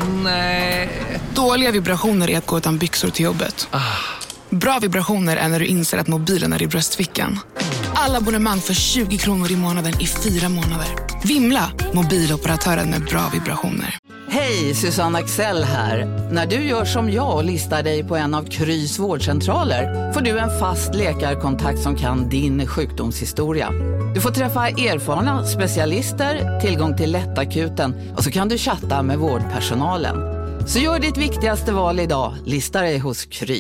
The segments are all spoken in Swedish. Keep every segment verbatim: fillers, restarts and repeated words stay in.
Nej. Dåliga vibrationer är att gå utan byxor till jobbet. Ah. Bra vibrationer är när du inser att mobilen är i bröstfickan. Alla abonnemang för tjugo kronor i månaden i fyra månader. Vimla, mobiloperatören med bra vibrationer. Hej, Susanne Axel här. När du gör som jag och listar dig på en av Krys vårdcentraler får du en fast läkarkontakt som kan din sjukdomshistoria. Du får träffa erfarna specialister, tillgång till lättakuten och så kan du chatta med vårdpersonalen. Så gör ditt viktigaste val idag, lista dig hos Kry.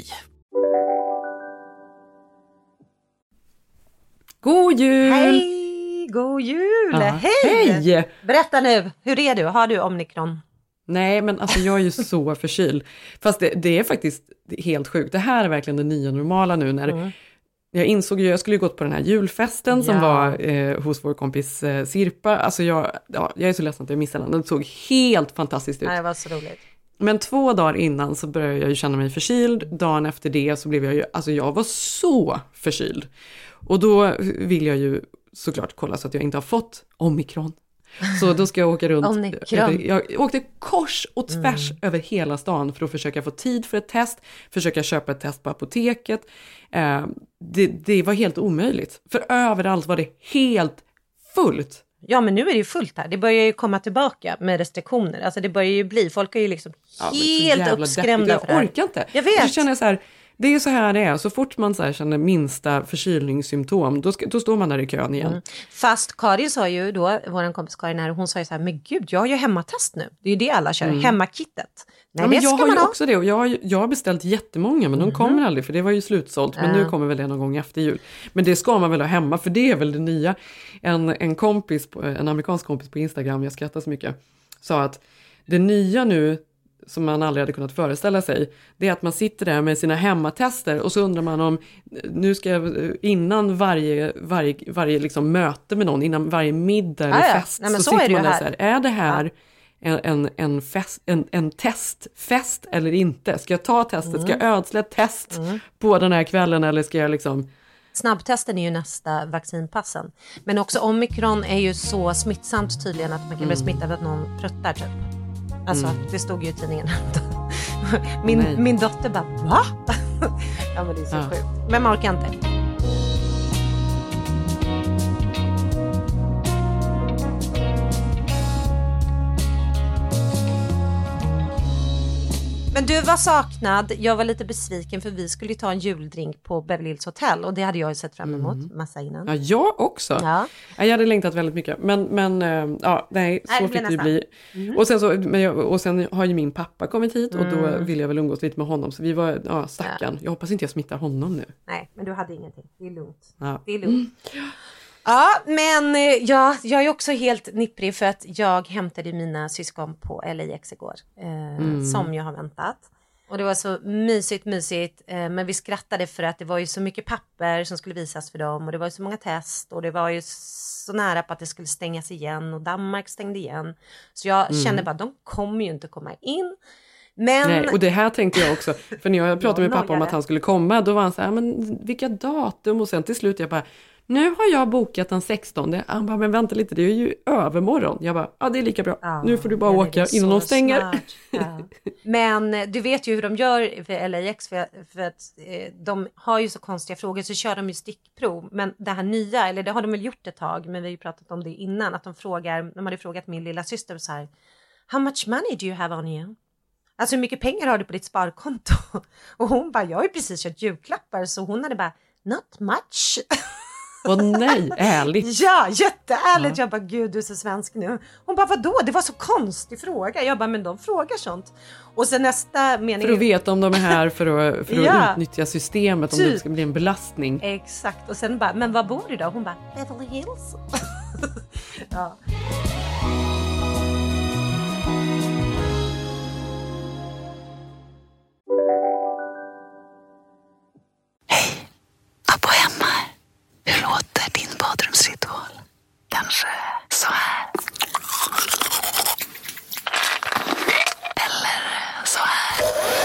God jul! Hej, god jul! Ja. Hej! Hej! Berätta nu, hur är du? Har du omikron? Nej, men alltså jag är ju så förkyld. Fast det, det är faktiskt helt sjukt. Det här är verkligen det nya normala nu. När mm. Jag insåg ju, jag skulle ju gått på den här julfesten ja. som var eh, hos vår kompis eh, Sirpa. Alltså jag, ja, jag är så ledsen att jag missade den. Den såg helt fantastiskt ut. Nej, det var så roligt. Men två dagar innan så började jag ju känna mig förkyld. Dagen efter det så blev jag ju, alltså jag var så förkyld. Och då vill jag ju såklart kolla så att jag inte har fått omikron. Så då ska jag åka runt. Över, jag åkte kors och tvärs mm. över hela stan för att försöka få tid för ett test. Försöka köpa ett test på apoteket. Eh, det, det var helt omöjligt. För överallt var det helt fullt. Ja, men nu är det ju fullt här. Det börjar ju komma tillbaka med restriktioner. Alltså det börjar ju bli, folk är ju liksom ja, helt uppskrämda deppigt. för det här. Jag orkar inte. Jag vet. Så känner jag så här, det är så här det är. Så fort man så här känner minsta förkylningssymptom, då, ska, då står man där i kön igen. Mm. Fast Karin sa ju då, vår kompis Karin här, hon sa ju så här, men gud, jag har ju hemmatest nu. Det är ju det alla kör, mm. hemmakittet. Nej, ja, men det jag ska har man ju ha. också det och jag har, jag har beställt jättemånga men mm. de kommer aldrig för det var ju slutsålt. Men mm. nu kommer väl det någon gång efter jul. Men det ska man väl ha hemma för det är väl det nya. En, en kompis, en amerikansk kompis på Instagram, jag skrattar så mycket, sa att det nya nu som man aldrig hade kunnat föreställa sig, det är att man sitter där med sina hemmatester och så undrar man om, nu ska jag, innan varje, varje, varje liksom möte med någon, innan varje middag eller ah, ja. fest, Nej, så, så sitter man där här. så här, är det här ja. en, en, en, fest, en, en testfest eller inte? Ska jag ta testet? Mm. Ska jag ödsla ett test mm. på den här kvällen eller ska jag liksom... Snabbtesten är ju nästa vaccinpassen. Men också omikron är ju så smittsamt tydligen att man kan mm. bli smittad av att någon pruttar typ. Alltså, mm. det stod ju i tidningen. min, oh, min dotter bara, va? Ja, men det är så ja. sjukt. Men man orkar inte. Men du var saknad. Jag var lite besviken för vi skulle ta en juldrink på Beverly Hills Hotel. Och det hade jag ju sett fram emot mm. massa innan. Ja, jag också. Ja. Jag hade längtat väldigt mycket. Men, men ja, nej, så nej, det fick det bli. Mm. Och, sen så, men jag, och sen har ju min pappa kommit hit. Och då mm. vill jag väl umgås lite med honom. Så vi var, ja, stackarn. Ja. Jag hoppas inte jag smittar honom nu. Nej, men du hade ingenting. Det är lugnt. Ja. Det är lugnt. Mm. Ja, men ja, jag är också helt nipprig för att jag hämtade mina syskon på L A X igår. Eh, mm. Som jag har väntat. Och det var så mysigt, mysigt. Eh, men vi skrattade för att det var ju så mycket papper som skulle visas för dem. Och det var ju så många test. Och det var ju så nära på att det skulle stängas igen. Och Danmark stängde igen. Så jag mm. kände bara, de kommer ju inte komma in. Men... Nej, och det här tänkte jag också. För när jag pratade med pappa om att han skulle komma. Då var han så här, men vilka datum? Och sen till slut jag bara... Nu har jag bokat den sextonde. Han bara, men vänta lite, det är ju övermorgon. Jag bara, ja det är lika bra. Ja, nu får du bara åka innan de stänger. Ja. Men du vet ju hur de gör för L A X. För, för att eh, de har ju så konstiga frågor så kör de ju stickprov. Men det här nya, eller det har de väl gjort ett tag. Men vi har ju pratat om det innan. Att de frågar, de hade frågat min lilla syster så här. How much money do you have on you? Alltså hur mycket pengar har du på ditt sparkonto? Och hon bara, jag har ju precis köpt julklappar. Så hon hade bara, not much. Åh nej, ärligt. Ja, jätteärligt. Ja. Jag bara, gud du är så svensk nu. Hon bara, vadå? Det var så konstig fråga. Jag bara, men de frågar sånt. Och sen nästa mening... För att veta om de är här för att, för att ja. utnyttja systemet. Om typ. Det ska bli en belastning. Exakt. Och sen bara, men var bor du då? Hon bara, Beverly Hills. Ja. Hej, Appo hemma. Hur låter din badrumsritual? Kanske så här. Eller så här.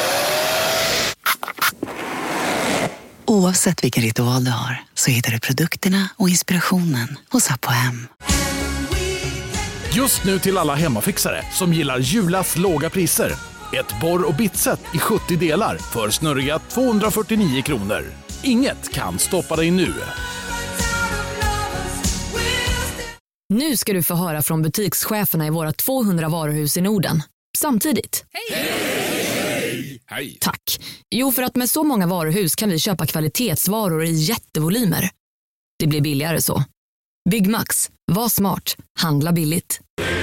Oavsett vilken ritual du har så hittar du produkterna och inspirationen hos Appo Hem. Just nu till alla hemmafixare som gillar Julas låga priser. Ett borr- och bitset i sjuttio delar för snurriga tvåhundrafyrtionio kronor. Inget kan stoppa dig nu. Nu ska du få höra från butikscheferna i våra tvåhundra varuhus i Norden. Samtidigt. Hej! Hej! Tack. Jo, för att med så många varuhus kan vi köpa kvalitetsvaror i jättevolymer. Det blir billigare så. Byggmax. Var smart. Handla billigt.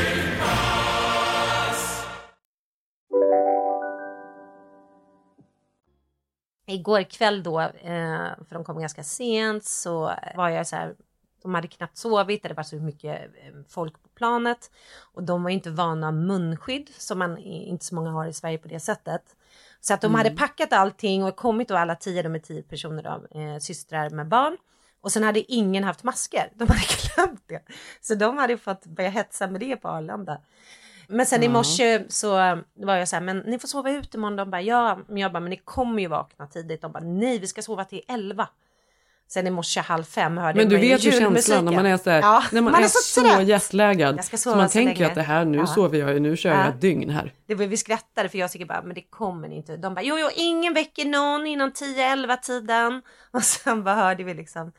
Igår kväll då, för de kom ganska sent, så var jag så här, de hade knappt sovit, det var så mycket folk på planet och de var inte vana munskydd som man inte så många har i Sverige på det sättet. Så att de mm. hade packat allting och kommit då alla tio, de är tio personer då, eh, systrar med barn. Och sen hade ingen haft masker, de hade glömt det. Så de hade fått börja hetsa med det på Arlanda. Men sen mm. i morse så var jag så här, men ni får sova ut imorgon. De bara, ja, men jag bara, men ni kommer ju vakna tidigt. De bara, nej, vi ska sova till elva. Sen i morse halv fem hörde men du vet ju känslan när man är så här, ja, när man, man är, är så, så jetlaggad. Så man tänker länge. Att det här, nu ja. sover jag ju, nu kör ja. jag ett dygn här. Det var, vi skrattade för jag tycker bara, men det kommer inte. De bara, jo, jo, ingen väcker någon innan tio elva tiden. Och sen bara hörde vi liksom,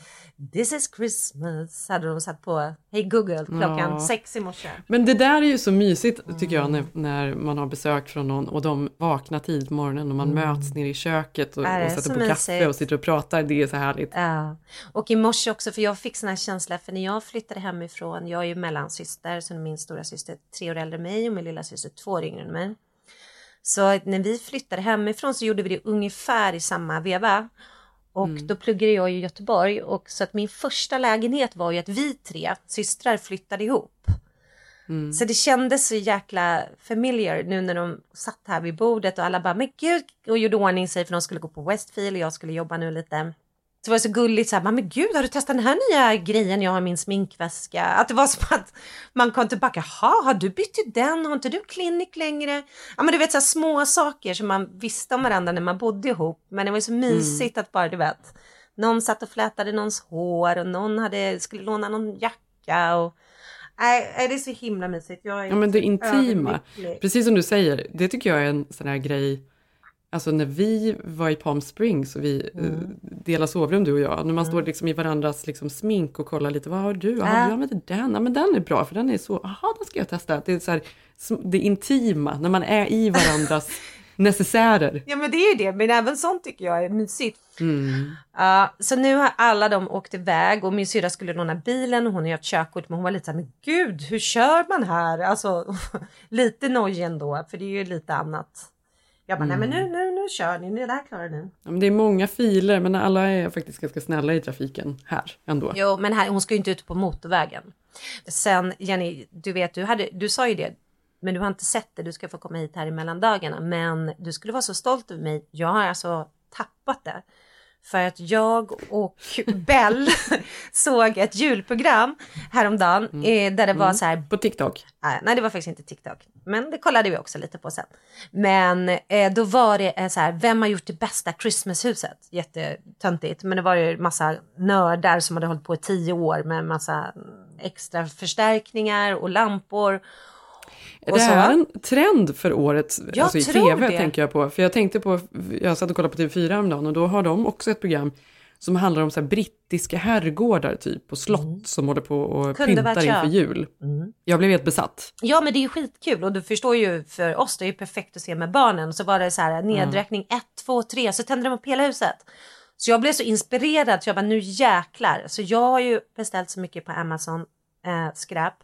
this is Christmas, hade de satt på Hey Google klockan ja. sex i morse. Men det där är ju så mysigt tycker jag när, när man har besök från någon och de vaknar tid på morgonen och man mm. möts ner i köket och, och sätter på mysigt. Kaffe och sitter och pratar, det är så härligt. Ja. Och i morse också, för jag fick sån här känsla, för när jag flyttade hemifrån, jag är ju mellansyster, så min stora syster tre år äldre än mig och min lilla syster två år yngre än mig. Så när vi flyttade hemifrån så gjorde vi det ungefär i samma veva. Och mm. då pluggade jag i Göteborg. Och så att min första lägenhet var ju att vi tre systrar flyttade ihop. Mm. Så det kändes så jäkla familiar nu när de satt här vid bordet. Och alla bara, men gud. Och gjorde ordning sig för de skulle gå på Westfield. Och jag skulle jobba nu lite. Så det var så gulligt så här, men gud, har du testat den här nya grejen? Jag har min sminkväska. Att det var som att man kom tillbaka. Jaha, har du bytt till den? Har inte du klinik längre? Ja, men du vet så här små saker som man visste om varandra när man bodde ihop. Men det var så mysigt mm. att bara, du vet. Någon satt och flätade någons hår och någon hade, skulle låna någon jacka. Och, nej, det är så himla mysigt. Jag är ja, men det intima. Precis som du säger, det tycker jag är en sån här grej. Alltså när vi var i Palm Springs och vi mm. uh, delade sovrum du och jag. När man mm. står liksom i varandras liksom smink och kollar lite. Vad har du? Ja, äh. du använder den. Ja, men den är bra för den är så. Jaha, den ska jag testa. Det är så här, det intima när man är i varandras necessärer. Ja, men det är ju det. Men även sånt tycker jag är mysigt. Mm. Uh, så nu har alla de åkt iväg och min syrra skulle låna bilen och hon har ju haft körkort, men hon var lite så här, men gud, hur kör man här? Alltså lite noj ändå, för det är ju lite annat. Jag bara, mm. nej men nu, nu, nu kör ni, det där klarar ni. Ja, men det är många filer, men alla är faktiskt ganska snälla i trafiken här ändå. Jo, men här, hon ska ju inte ut på motorvägen. Sen, Jenny, du vet, du, hade, du sa ju det, men du har inte sett det, du ska få komma hit här i mellandagarna. Men du skulle vara så stolt över mig, jag har alltså tappat det. För att jag och Bell såg ett julprogram häromdagen mm. där det var så här... På TikTok? Nej, det var faktiskt inte TikTok. Men det kollade vi också lite på sen. Men eh, då var det så här, vem har gjort det bästa Christmas-huset? Jättetöntigt. Men det var ju massa nördar som hade hållit på i tio år med massa extra förstärkningar och lampor. Det här är en trend för året, jag alltså i tv det. Tänker jag på. För jag tänkte på, jag satt och kollade på T V fyra häromdagen och då har de också ett program som handlar om så här brittiska herrgårdar typ och slott mm. som håller på och pyntar inför jul. Mm. Jag blev helt besatt. Ja, men det är ju skitkul och du förstår ju för oss, det är ju perfekt att se med barnen. Så var det så här nedräkning mm. ett, två, tre, så tände de upp hela huset. Så jag blev så inspirerad så jag bara, nu jäklar. Så jag har ju beställt så mycket på Amazon äh, skräp.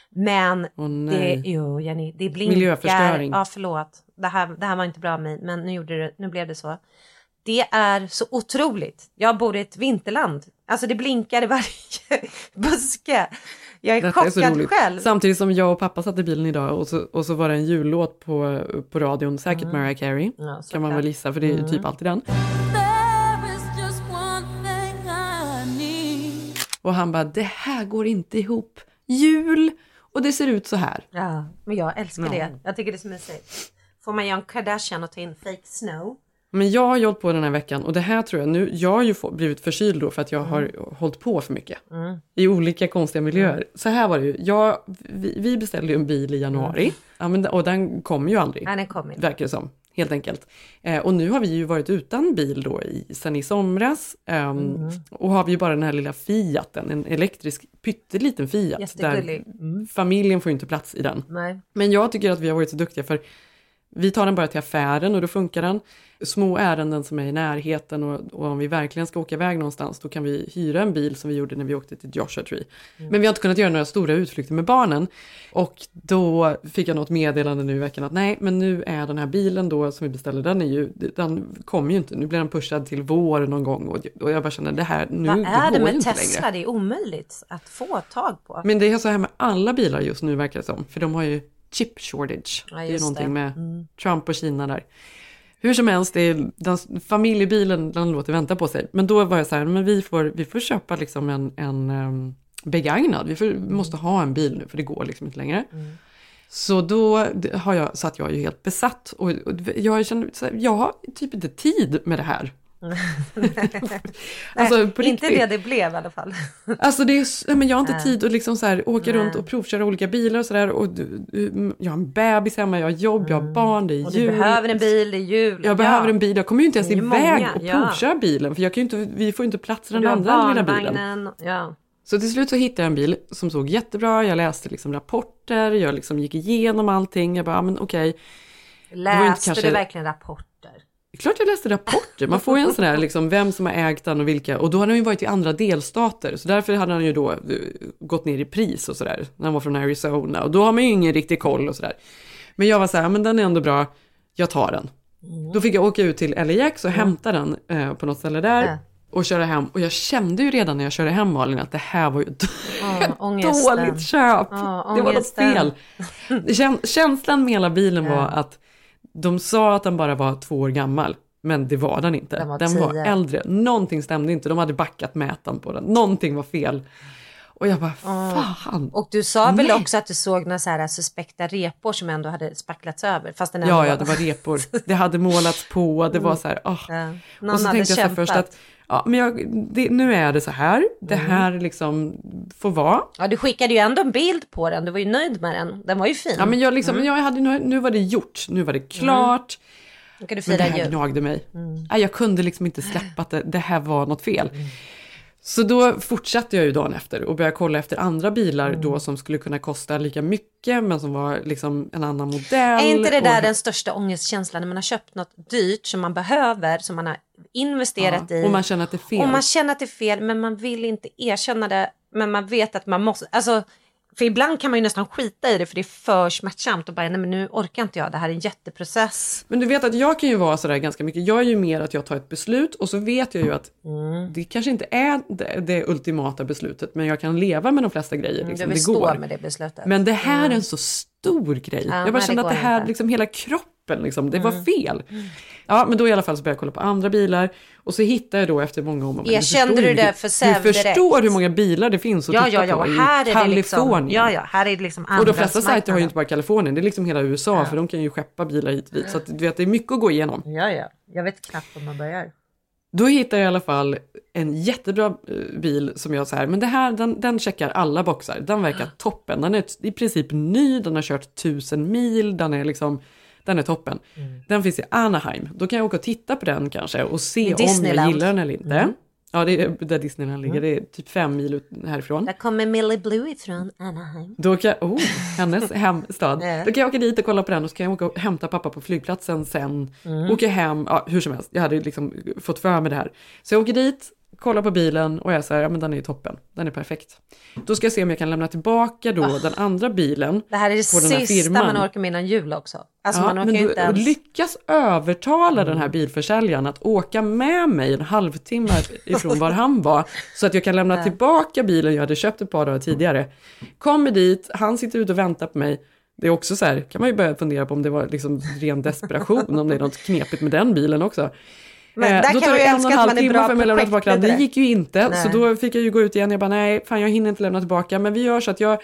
Men oh, det, jo, Jenny, det blinkar. Miljöförstöring. Ja, förlåt. Det här, det här var inte bra av mig, men nu, gjorde det, nu blev det så. Det är så otroligt. Jag bor i ett vinterland. Alltså det blinkar i varje buske. Jag är Detta chockad är själv. Samtidigt som jag och pappa satt i bilen idag och så, och så var det en jullåt på, på radion. Säkert mm. Mariah Carey. Ja, kan man väl gissa, för det är ju mm. typ alltid den. Och han bara, det här går inte ihop. Jul! Och det ser ut så här. Ja, men jag älskar ja. det. Jag tycker det är så mysigt. Får man göra en Kardashian och ta in fake snow. Men jag har hållit på den här veckan och det här tror jag nu, jag har ju få, blivit förkyld då för att jag mm. har hållit på för mycket mm. i olika konstiga miljöer. Mm. Så här var det ju, jag, vi, vi beställde ju en bil i januari mm. ja, men, och den kom ju aldrig. Ja, den kom inte. Verkar det som, helt enkelt. Eh, och nu har vi ju varit utan bil då i, sen i somras um, mm. och har vi ju bara den här lilla Fiaten, en elektrisk pytteliten Fiat. Där mm. familjen får ju inte plats i den. Nej. Men jag tycker att vi har varit så duktiga för vi tar den bara till affären och då funkar den. Små ärenden som är i närheten och, och om vi verkligen ska åka iväg någonstans då kan vi hyra en bil som vi gjorde när vi åkte till Joshua Tree. Mm. Men vi har inte kunnat göra några stora utflykter med barnen. Och då fick jag något meddelande nu i veckan att nej, men nu är den här bilen då som vi beställde, den är ju, den kommer ju inte. Nu blir den pushad till vår någon gång och, och jag bara känner det här, nu vad är det, det med Tesla? Längre. Det är omöjligt att få tag på. Men det är så här med alla bilar just nu verkar det som. För de har ju chip shortage. Ja, det är någonting det. med mm. Trump och Kina där. Hur som helst, det är, den, familjebilen den låter vänta på sig. Men då var jag så här, men vi får, vi får köpa liksom en, en um, begagnad. Vi får, mm. måste ha en bil nu för det går liksom inte längre. Mm. Så då har jag, satt jag ju helt besatt. Och, och jag kände så här, jag har typ inte tid med det här. alltså, Nej, inte det det blev i alla fall. Alltså det är, men jag har inte tid att liksom så här, åka Nej. runt och provköra olika bilar och sådär. Och jag har en bebis hemma, jag har jobb, jag har barn, det är och jul. Du behöver en bil, det är jul. Jag ja. behöver en bil, jag kommer ju inte ens iväg många. och ja. provköra bilen. För jag kan ju inte, vi får ju inte plats i den andra lilla bilen. Ja. Så till slut så hittade jag en bil som såg jättebra. Jag läste liksom rapporter, jag liksom gick igenom allting. Jag bara, men okej. Läste kanske... du verkligen rapporter? Klart jag läste rapporter. Man får ju en sån här, liksom, vem som har ägt den och vilka. Och då hade han ju varit i andra delstater. Så därför hade han ju då gått ner i pris och sådär. När han var från Arizona. Och då har man ju ingen riktig koll och sådär. Men jag var så här, men den är ändå bra. Jag tar den. Mm. Då fick jag åka ut till L A X och mm. hämta den eh, på något ställe där. Mm. Och köra hem. Och jag kände ju redan när jag körde hem, Malin, att det här var ju ett oh, dåligt köp. Oh, det var något fel. Käns- känslan med hela bilen mm. var att de sa att den bara var två år gammal. Men det var den inte. Den var, den var äldre. Någonting stämde inte. De hade backat mätaren på den. Någonting var fel. Och jag bara, fan. Och du sa väl också att du såg några så här suspekta repor som ändå hade spacklats över. Fast den ja, var... ja, det var repor. Det hade målats på. Det var så här, oh. ja. Någon och så hade tänkte jag så först att ja, men jag, det, nu är det så här. Det här liksom får vara. Ja, du skickade ju ändå en bild på den. Du var ju nöjd med den. Den var ju fin. Ja, men jag liksom, mm. jag hade, nu, nu var det gjort. Nu var det klart. Mm. Nu kan du fira men det här gnagde mig. Mm. Nej, jag kunde liksom inte släppa att det, det här var något fel. Mm. Så då fortsatte jag ju dagen efter och började kolla efter andra bilar mm. då som skulle kunna kosta lika mycket men som var liksom en annan modell. Är inte det där och... den största ångestkänslan när man har köpt något dyrt som man behöver, som man har investerat ja, i. Och man känner att det är fel. Och man känner att det är fel men man vill inte erkänna det, men man vet att man måste, alltså för ibland kan man ju nästan skita i det för det är för smärtsamt och bara, nej men nu orkar inte jag, det här är en jätteprocess. Men du vet att jag kan ju vara sådär ganska mycket, jag är ju mer att jag tar ett beslut och så vet jag ju att mm. det kanske inte är det, det ultimata beslutet men jag kan leva med de flesta grejer. Liksom. Du vill det stå går. med det beslutet. Men det här mm. är en så stor grej. Ja, jag bara kände att det här, inte. liksom hela kroppen, liksom, det mm. var fel. Mm. Ja, men då i alla fall så började jag kolla på andra bilar och så hittade jag då efter många om. Erkände du det för Säv direkt? Du förstår hur många bilar det finns att ja, titta ja, ja, på i här är Kalifornien. Det liksom, ja, ja, här är det liksom andra. Och de flesta sajter har ju inte bara Kalifornien, det är liksom hela U S A ja. För de kan ju skeppa bilar hit och dit. Så att, du vet, det är mycket att gå igenom. Ja, ja. Jag vet knappt om man börjar. Då hittade jag i alla fall en jättebra bil som jag så här, men det här, den, den checkar alla boxar. Den verkar toppen. Den är i princip ny, den har kört tusen mil, den är liksom, den är toppen. Mm. Den finns i Anaheim. Då kan jag åka och titta på den kanske och se om jag gillar den eller inte. Mm. Ja, det är där Disneyland ligger. Mm. Det är typ fem mil ut härifrån. Där kommer Millie Blue ifrån Anaheim. Då kan jag, oh, hennes hemstad. Yeah. Då kan jag åka dit och kolla på den och så kan jag åka och hämta pappa på flygplatsen sen. Mm. Åka hem, ja, hur som helst. Jag hade liksom fått för mig det här. Så jag åker dit, kollar på bilen och jag säger, ja men den är ju toppen. Den är perfekt. Då ska jag se om jag kan lämna tillbaka då oh. den andra bilen. Det här är det på den här sista firman. man orkar med innan jul också. Alltså ja, man orkar men inte ens... lyckas övertala mm. den här bilförsäljaren att åka med mig en halvtimme ifrån var han var. Så att jag kan lämna tillbaka bilen jag hade köpt ett par dagar tidigare. Kommer dit, han sitter ute och väntar på mig. Det är också så här, kan man ju börja fundera på om det var liksom ren desperation. Om det är något knepigt med den bilen också. Men där då kan tar det man en och en halv timme för mig att lämna tillbaka. Det gick ju inte. Nej. Så då fick jag ju gå ut igen. Jag bara, nej, fan jag hinner inte lämna tillbaka. Men vi gör så att jag,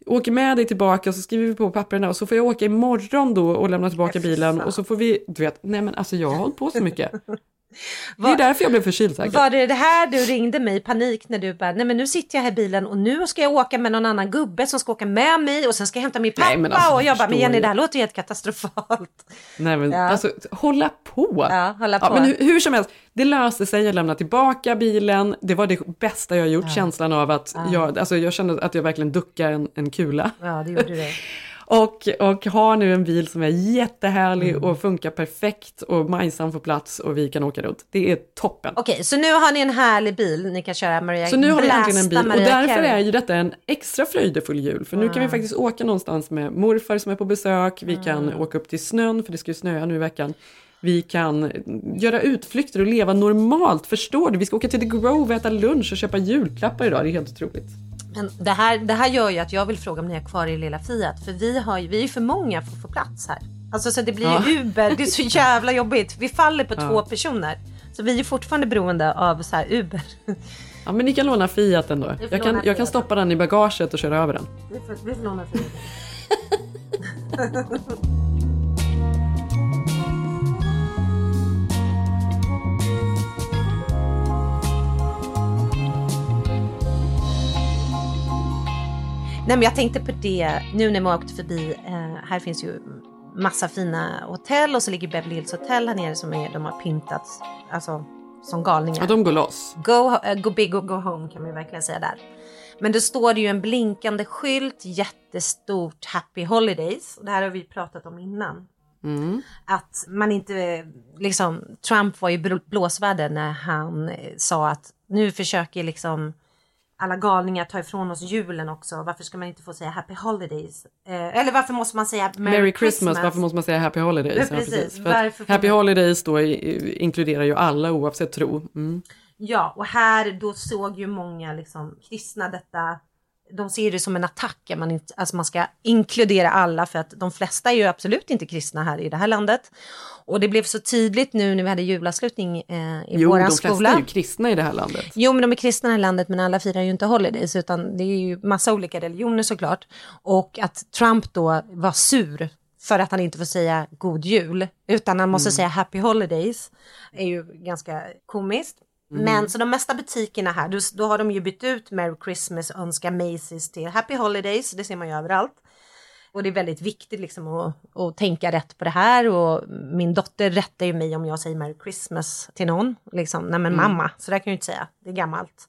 åker med dig tillbaka och så skriver vi på papperna och så får jag åka imorgon då och lämna tillbaka bilen och så får vi, du vet, nej men alltså jag har hållit på så mycket. Det är därför jag blev förkyld säkert. Var det det här du ringde mig i panik när du bara, nej men nu sitter jag här i bilen och nu ska jag åka med någon annan gubbe som ska åka med mig och sen ska jag hämta min pappa nej, men alltså, och jag bara, men Jenny det här låter helt katastrofalt. Nej men ja. alltså, hålla på. Ja, hålla på. Ja, men hur, hur som helst, det löste sig, jag lämnade tillbaka bilen, det var det bästa jag gjort, ja. känslan av att ja. jag, alltså jag kände att jag verkligen duckade en, en kula. Ja, det gjorde det. Och, och har nu en bil som är jättehärlig mm. och funkar perfekt och Majsan får plats och vi kan åka runt. Det är toppen. Okej, okay, så nu har ni en härlig bil. Ni kan köra Maria Så nu har vi äntligen en bil och Maria därför Carey. är ju detta en extra fröjdefull jul. För nu mm. kan vi faktiskt åka någonstans med morfar som är på besök. Vi kan mm. åka upp till snön för det ska ju snöa nu i veckan. Vi kan göra utflykter och leva normalt, förstår du? Vi ska åka till The Grove, äta lunch och köpa julklappar idag. Det är helt otroligt. Men det här, det här gör ju att jag vill fråga om ni är kvar i lilla Fiat. För vi, har ju, vi är för många för att få plats här. Alltså så det blir ju ja. Uber, det är så jävla jobbigt. Vi faller på ja. två personer. Så vi är fortfarande beroende av så här Uber. Ja men ni kan låna Fiaten då. Jag kan, jag kan stoppa den i bagaget och köra över den. Vi får, vi får låna Fiat. Nej men jag tänkte på det nu när man åkte förbi, eh, här finns ju massa fina hotell och så ligger Beverly Hills Hotel här nere som är, de har pyntats alltså som galningar. Ja, de går loss. Go, uh, go big och go home kan man ju verkligen säga där. Men då står det ju en blinkande skylt, jättestort Happy Holidays. Och det här har vi pratat om innan. Mm. Att man inte, liksom, Trump var ju blåsvärd när han sa att nu försöker liksom alla galningar ta ifrån oss julen också. Varför ska man inte få säga Happy Holidays? Eh, eller varför måste man säga Merry, Merry Christmas? Christmas? Varför måste man säga Happy Holidays? Ja, precis. Ja, precis. För Happy man... Holidays då inkluderar ju alla oavsett tro. Mm. Ja, och här då såg ju många liksom kristna detta. De ser det som en attack. Man, inte, alltså man ska inkludera alla för att de flesta är ju absolut inte kristna här i det här landet. Och det blev så tydligt nu när vi hade julavslutning eh, i jo, våran skola. Jo, de flesta är ju kristna i det här landet. Jo, men de är kristna i det här landet men alla firar ju inte holidays utan det är ju massa olika religioner såklart. Och att Trump då var sur för att han inte får säga god jul utan han måste mm. säga happy holidays är ju ganska komiskt. Mm. Men så de mesta butikerna här, då, då har de ju bytt ut Merry Christmas och önskar Macy's till Happy Holidays. Det ser man ju överallt. Och det är väldigt viktigt liksom att, att tänka rätt på det här. Och min dotter rättar ju mig om jag säger Merry Christmas till någon. Liksom, nej men mm. mamma, så där kan jag ju inte säga. Det är gammalt.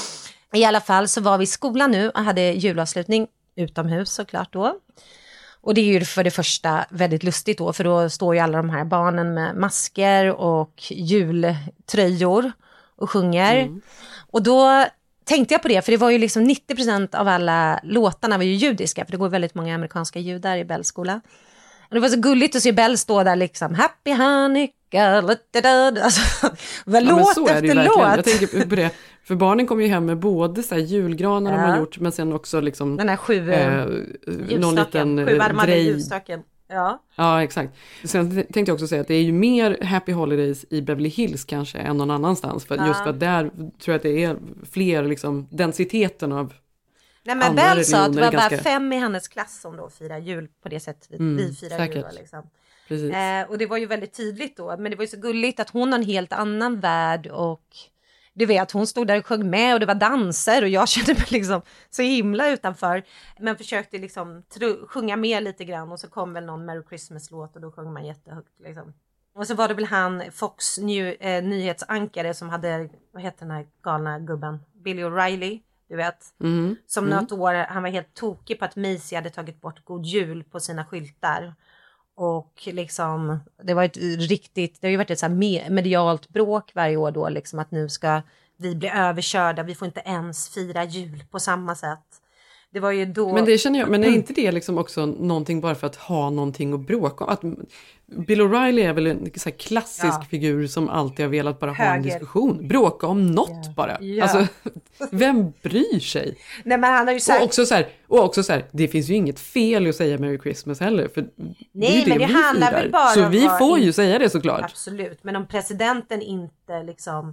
I alla fall så var vi i skolan nu och hade julavslutning utomhus såklart då. Och det är ju för det första väldigt lustigt då. För då står ju alla de här barnen med masker och jultröjor och sjunger. Mm. Och då tänkte jag på det, för det var ju liksom nittio procent av alla låtarna var ju judiska, för det går väldigt många amerikanska judar i Bells skola. Och det var så gulligt att se Bell stå där liksom, Happy Hanukkah, alltså, ja, låt så efter låt. Jag tänker på det, för barnen kommer ju hem med både så här julgranar ja. de har gjort, men sen också liksom den här sju eh, någon liten sjuarmade ljusstaken. Ja. Ja, exakt. Sen tänkte jag också säga att det är ju mer Happy Holidays i Beverly Hills kanske än någon annanstans. För ja. just för att där tror jag att det är fler, liksom, densiteten av nej, men Bell sa att det var ganska... bara fem i hennes klass som då firar jul på det sättet mm, vi firar säkert. jul. Liksom. Precis. Eh, och det var ju väldigt tydligt då. Men det var ju så gulligt att hon har en helt annan värld och du vet, hon stod där och sjöng med och det var danser och jag kände mig liksom så himla utanför. Men försökte liksom tro, sjunga med lite grann och så kom väl någon Merry Christmas-låt och då sjöng man jättehögt liksom. Och så var det väl han, Fox ny, eh, nyhetsankare som hade, vad heter den här galna gubben? Billy O'Reilly, du vet. Mm. Som mm. något år, han var helt tokig på att Macy hade tagit bort God Jul på sina skyltar. Och liksom, det var ett riktigt, det har ju varit ett så här medialt bråk varje år då, liksom att nu ska vi bli överkörda, vi får inte ens fira jul på samma sätt. Det var ju då... Men det känner jag, men är inte det liksom också någonting bara för att ha någonting att bråka om? Att Bill O'Reilly är väl en så här klassisk ja. figur som alltid har velat bara Höger. ha en diskussion. Bråka om något ja. bara. Ja. Alltså, vem bryr sig? Nej, men han har ju sagt... Och också så här, och också så här, det finns ju inget fel i att säga Merry Christmas heller. För nej, det är det men det vi handlar firar. väl bara så vi får in... ju säga det såklart. Absolut, men om presidenten inte liksom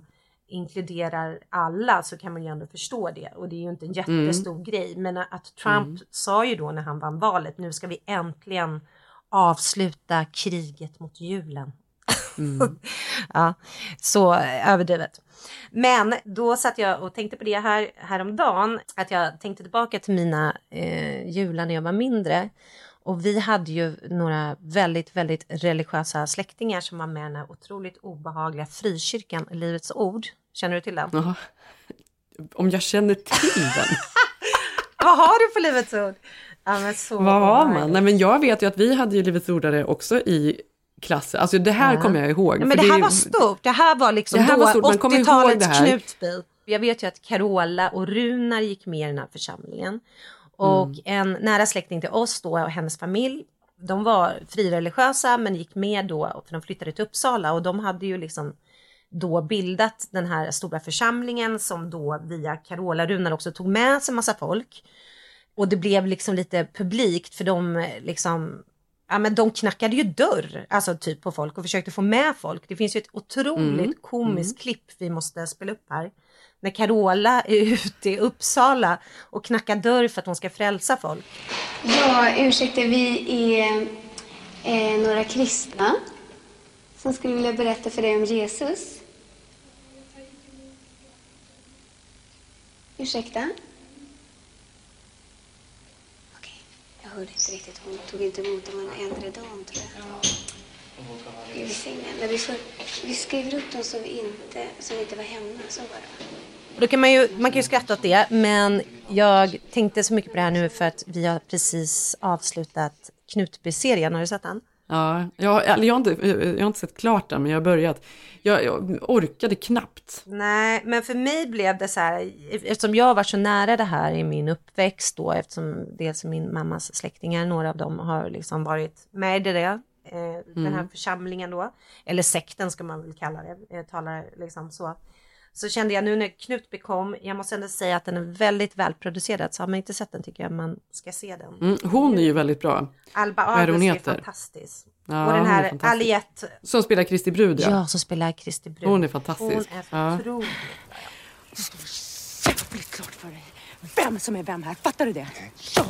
inkluderar alla så kan man ju ändå förstå det. Och det är ju inte en jättestor mm. grej. Men att Trump mm. sa ju då när han vann valet, nu ska vi äntligen avsluta kriget mot julen. Mm. Ja, så överdrivet. Men då satt jag och tänkte på det här häromdagen, att jag tänkte tillbaka till mina eh, jular när jag var mindre. Och vi hade ju några väldigt, väldigt religiösa släktingar som var med i den här otroligt obehagliga frikyrkan Livets Ord. Känner du till den? Ja. Om jag känner till den. Vad har du på Livets Ord? Ja, men så vad har man? Nej, men jag vet ju att vi hade ju Livets Ordare också i klassen. Alltså det här ja. kommer jag ihåg. Ja, men det här det, var stort. Det här var liksom här då var åttiotalets Knutby. Jag vet ju att Carola och Runar gick med i den här församlingen. Och mm. en nära släkting till oss då och hennes familj, de var frireligiösa men gick med då för de flyttade till Uppsala och de hade ju liksom då bildat den här stora församlingen som då via Carola Runar också tog med sig massa folk. Och det blev liksom lite publikt för de liksom, ja men de knackade ju dörr, alltså typ på folk och försökte få med folk. Det finns ju ett otroligt mm. komiskt mm. klipp vi måste spela upp här. När Carola är ute i Uppsala och knackar dörr för att hon ska frälsa folk. Ja, ursäkta, vi är eh, några kristna som skulle vilja berätta för dig om Jesus. Ursäkta? Okej, jag hörde inte riktigt. Hon tog inte emot, det var en äldre dam tror jag. Vi, men vi, får, vi skriver upp dem som vi inte, som inte var hemma, så var det. Då kan man, ju, man kan ju skratta åt det, men jag tänkte så mycket på det här nu för att vi har precis avslutat Knutby-serien. Har du sett den? Ja, jag, jag, har inte, jag har inte sett klart den, men jag har börjat. Jag, jag orkade knappt. Nej, men för mig blev det så här, eftersom jag var så nära det här i min uppväxt då, eftersom dels min mammas släktingar, några av dem har liksom varit med i det, eh, mm. den här församlingen då, eller sekten ska man väl kalla det, eh, talar liksom så. Så kände jag nu när Knutby kom, jag måste ändå säga att den är väldigt välproducerad. Så har man inte sett den tycker jag man ska se den. Mm, hon är ju väldigt bra. Alba August är fantastisk. Ja, och den här Aliette. Som spelar Kristi brud, ja. Ja, som spelar Kristi brud. Hon är fantastisk. Hon är så ja. otroligt. Det står jävligt klart för dig vem som är vem här. Fattar du det? Jag,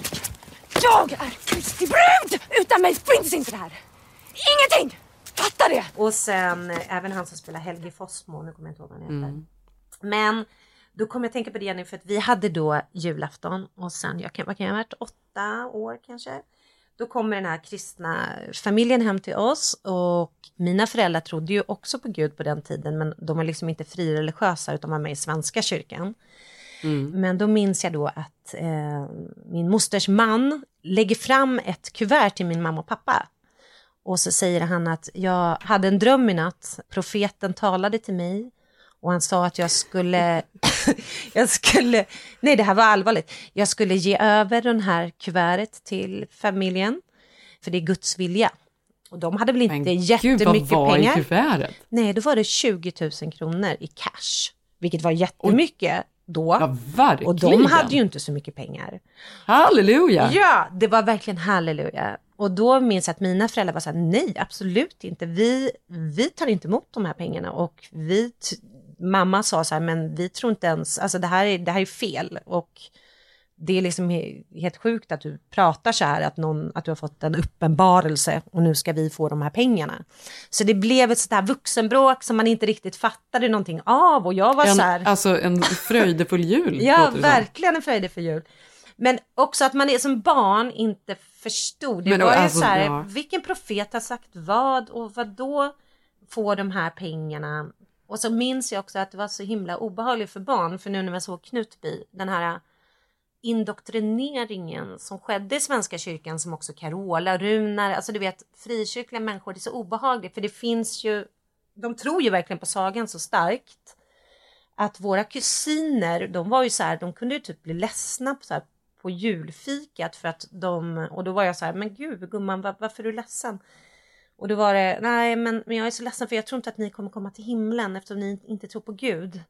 jag är Kristi brud! Utan mig finns inte det här. Ingenting! Fattar det! Och sen även han som spelar Helge Fossmo, nu kommer jag inte ihåg vad han heter. Mm. Men då kommer jag tänka på det nu för att vi hade då julafton och sen, jag kan, vad kan jag ha varit, åtta år kanske. Då kommer den här kristna familjen hem till oss och mina föräldrar trodde ju också på Gud på den tiden men de var liksom inte frireligiösa utan var med i Svenska kyrkan. Mm. Men då minns jag då att eh, min mosters man lägger fram ett kuvert till min mamma och pappa. Och så säger han att jag hade en dröm i natt, profeten talade till mig. Och han sa att jag skulle, jag skulle, nej det här var allvarligt. Jag skulle ge över den här kuvertet till familjen. För det är Guds vilja. Och de hade väl inte men jättemycket Gud, vad var pengar. I kuvertet? Nej, då var det tjugo tusen kronor i cash. Vilket var jättemycket och, då. Ja, verkligen. Och de hade ju inte så mycket pengar. Halleluja! Ja, det var verkligen halleluja. Och då minns jag att mina föräldrar var så här, nej absolut inte. Vi, vi tar inte emot de här pengarna. Och vi... T- mamma sa så här, men vi tror inte ens, alltså det här är, det här är fel och det är liksom helt sjukt att du pratar så här, att, någon, att du har fått en uppenbarelse och nu ska vi få de här pengarna. Så det blev ett sånt här vuxenbråk som man inte riktigt fattade någonting av och jag var en, så här. Alltså en fröjdefull jul. Ja, verkligen en fröjdefull jul. Men också att man är som barn inte förstod. Det men, var alltså, ju så här, ja. Vilken profet har sagt vad och vad då får de här pengarna. Och så minns jag också att det var så himla obehagligt för barn. För nu när jag såg Knutby, den här indoktrineringen som skedde i Svenska kyrkan, som också Carola, Runar, alltså du vet, frikyrkliga människor, det är så obehagligt. För det finns ju, de tror ju verkligen på sagan så starkt. Att våra kusiner, de var ju så här, de kunde ju typ bli ledsna på, så här, på julfikat. För att de, och då var jag så här, men gud gumman, var, varför är du ledsen? Och då var det, nej men, men jag är så ledsen för jag tror inte att ni kommer komma till himlen eftersom ni inte tror på Gud.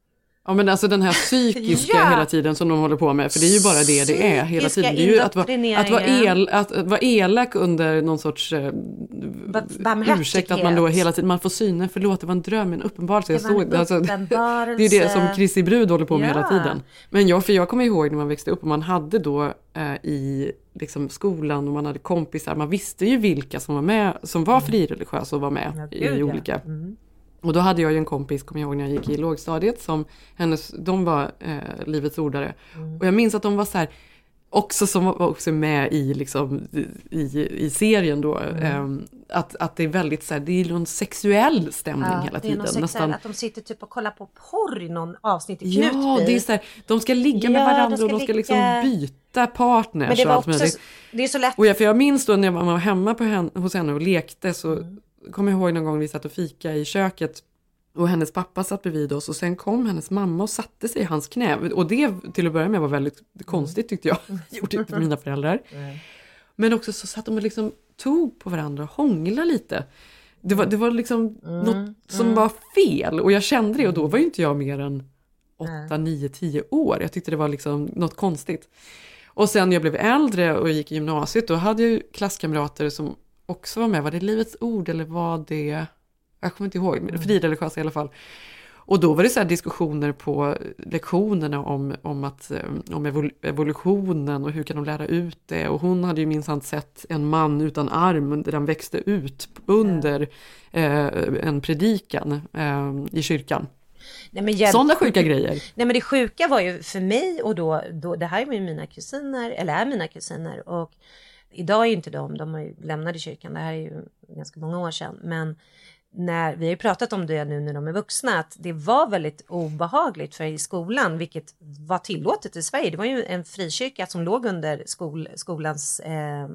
Ja, men alltså den här psykiska Ja. hela tiden som de håller på med, för det är ju bara det det är hela Psykiska tiden. Det är ju att vara, att vara, indoktrineringen. el, att vara elak under någon sorts eh, barmhärtighet. ursäkt att man då hela tiden, man får synen, förlåt det var en dröm, en uppenbarelse. Det Jag var en såg, alltså, uppenbarelse. det är det som Chrissy Brud håller på med Ja. hela tiden. Men jag, för jag kommer ihåg när man växte upp och man hade då eh, i liksom, skolan och man hade kompisar, man visste ju vilka som var med, som var frireligiösa och var med Ja, i gud, ja. olika. Mm. Och då hade jag ju en kompis, kommer jag ihåg när jag gick i lågstadiet, som hennes, de var eh, livets ordare. Mm. Och jag minns att de var så här, också som var också med i, liksom, i, i serien då, Mm. eh, att, att det är väldigt så här, det är någon sexuell stämning Ja, hela det är tiden. någon sexuell, Nästan, att de sitter typ och kollar på porr i någon avsnitt i Knutby. ja, det är så här, de ska ligga med Ja, varandra de ska och de ska ligga- liksom byta partners. Men det och var allt också, möjligt. det är så lätt. Och jag, för jag minns då när jag var hemma på henne, hos henne och lekte, så Mm. kommer jag ihåg någon gång vi satt och fika i köket och hennes pappa satt bredvid oss och sen kom hennes mamma och satte sig i hans knä. Och det till att börja med var väldigt konstigt tyckte jag. Gjorde inte mina föräldrar. Mm. Men också så satt de och liksom tog på varandra och hånglade lite. Det var, det var liksom Mm. något som Mm. var fel. Och jag kände det och då var ju inte jag mer än åtta, nio, tio år. Jag tyckte det var liksom något konstigt. Och sen när jag blev äldre och gick i gymnasiet, då hade jag ju klasskamrater som också var med. Var det Livets ord eller var det... Jag kommer inte ihåg, men frireligiösa i alla fall. Och då var det så här diskussioner på lektionerna om, om, att, om evol- evolutionen och hur kan de lära ut det. Och hon hade ju minsann sett en man utan arm där han växte ut under eh, en predikan eh, i kyrkan. Nej, men hjälp- Sådana sjuka grejer. Nej, men det sjuka var ju för mig och då, då det här är ju mina kusiner, eller är mina kusiner, och idag är ju inte de, de har ju lämnat kyrkan, det här är ju ganska många år sedan, men när, vi har ju pratat om det nu när de är vuxna, att det var väldigt obehagligt för i skolan, vilket var tillåtet i Sverige. Det var ju en frikyrka som låg under skol, skolans eh,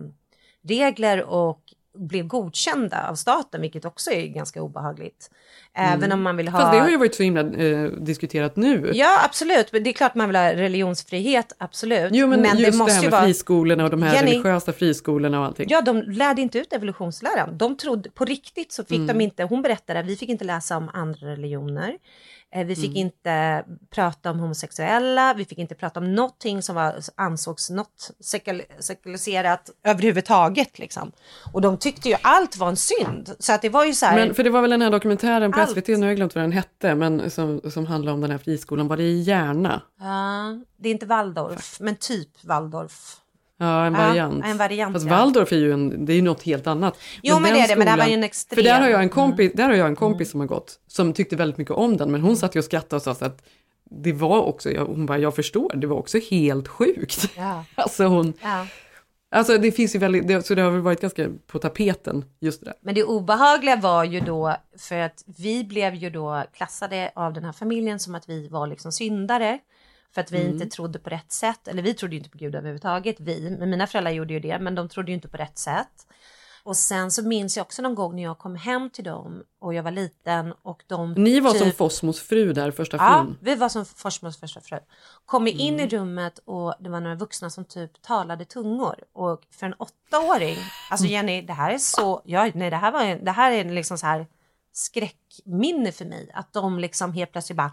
regler och blev godkända av staten, vilket också är ganska obehagligt. Även Mm. om man vill ha... Fast det har ju varit så himla eh, diskuterat nu. Ja, absolut. Men det är klart man vill ha religionsfrihet, absolut. Jo, men, men just det måste det här ju med vara... friskolorna och de här Jenny, religiösa friskolorna och allting. Ja, de lärde inte ut evolutionsläran. De trodde, på riktigt så fick Mm. de inte, hon berättade, vi fick inte läsa om andra religioner. Eh, Vi fick Mm. inte prata om homosexuella, vi fick inte prata om någonting som var, ansågs något sekul, sekuliserat överhuvudtaget. Liksom. Och de tyckte ju allt var en synd. Så att det var ju så här... Men för det var väl den här dokumentären på Allt. S V T, nu har jag glömt vad den hette, men som, som handlar om den här friskolan. Var det i Järna? Ja, det är inte Waldorf, men typ Waldorf. Ja, en Ja, variant. en variant, Fast ja. Waldorf är ju en, det är ju något helt annat. Jo, men den det är det, men det här var ju skolan- en extrem- För där har jag en kompis, Mm. där har jag en kompis som har gått, som tyckte väldigt mycket om den, men hon satt ju och skrattade och sa så att det var också, jag, hon bara, jag förstår, det var också helt sjukt. Ja. Alltså hon, Ja. alltså det finns ju väldigt, det, så det har väl varit ganska på tapeten, just det där. Men det obehagliga var ju då, för att vi blev ju då klassade av den här familjen som att vi var liksom syndare. För att vi Mm. inte trodde på rätt sätt. Eller vi trodde ju inte på Gud överhuvudtaget, vi. Men mina föräldrar gjorde ju det, men de trodde ju inte på rätt sätt. Och sen så minns jag också någon gång när jag kom hem till dem och jag var liten och de... Ni var typ, som Fossmos fru där, första Ja, frun. vi var som Forsmos första fru. Kom in Mm. i rummet och det var några vuxna som typ talade tungor. Och för en åttaåring, alltså Jenny, det här är så... Ja, nej, det här, var, det här är liksom så här skräckminne för mig. Att de liksom helt plötsligt bara...